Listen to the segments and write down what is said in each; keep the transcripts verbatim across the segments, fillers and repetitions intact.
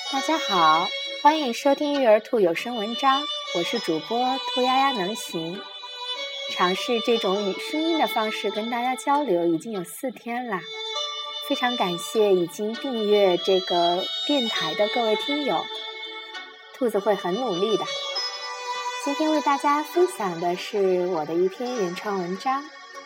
大家好，欢迎收听育儿兔有声文章，我是主播兔丫丫能行。尝试这种以声音的方式跟大家交流已经有四天啦，非常感谢已经订阅这个电台的各位听友，兔子会很努力的。今天为大家分享的是我的一篇原创文章。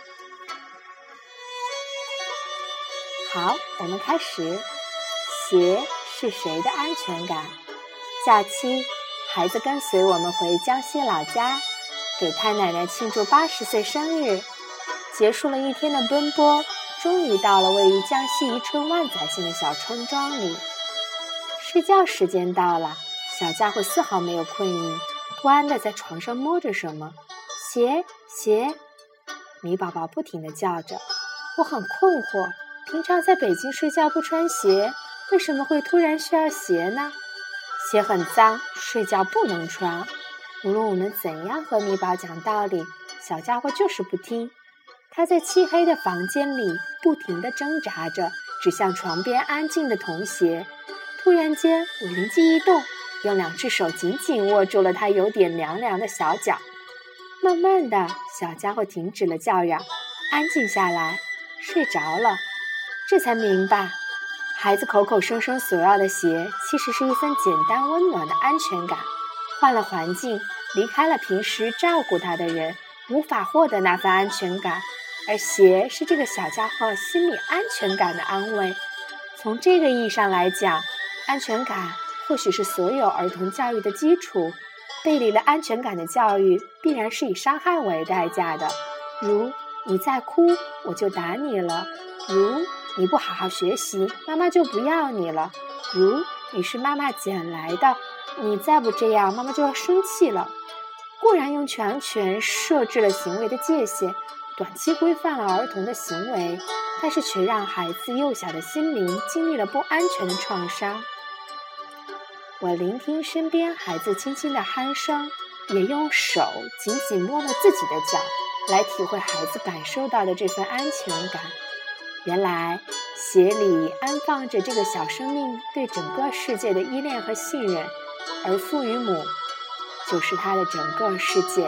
好，我们开始。鞋是谁的安全感？假期，孩子跟随我们回江西老家，给太奶奶庆祝八十岁生日。结束了一天的奔波，终于到了位于江西宜春万载县的小村庄里。睡觉时间到了，小家伙丝毫没有困意，不安地在床上摸着什么。鞋鞋，米宝宝不停地叫着。我很困惑，平常在北京睡觉不穿鞋，为什么会突然需要鞋呢？鞋很脏，睡觉不能穿。无论我们怎样和米宝讲道理，小家伙就是不听。他在漆黑的房间里不停地挣扎着，指向床边安静的童鞋。突然间，我灵机一动，用两只手紧紧握住了他有点凉凉的小脚。慢慢的，小家伙停止了叫嚷，安静下来，睡着了。这才明白，孩子口口声声所要的鞋，其实是一份简单温暖的安全感。换了环境，离开了平时照顾他的人，无法获得那份安全感，而鞋是这个小家伙心理安全感的安慰。从这个意义上来讲，安全感或许是所有儿童教育的基础。背离了安全感的教育，必然是以伤害为代价的，如你再哭，我就打你了；如你不好好学习，妈妈就不要你了；如你是妈妈捡来的，你再不这样，妈妈就要生气了。固然用拳拳设置了行为的界限，短期规范了儿童的行为，但是却让孩子幼小的心灵经历了不安全的创伤。我聆听身边孩子轻轻的鼾声，也用手紧紧摸了自己的脚，来体会孩子感受到的这份安全感。原来鞋里安放着这个小生命对整个世界的依恋和信任，而父与母就是他的整个世界。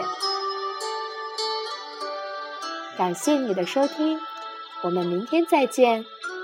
感谢你的收听，我们明天再见。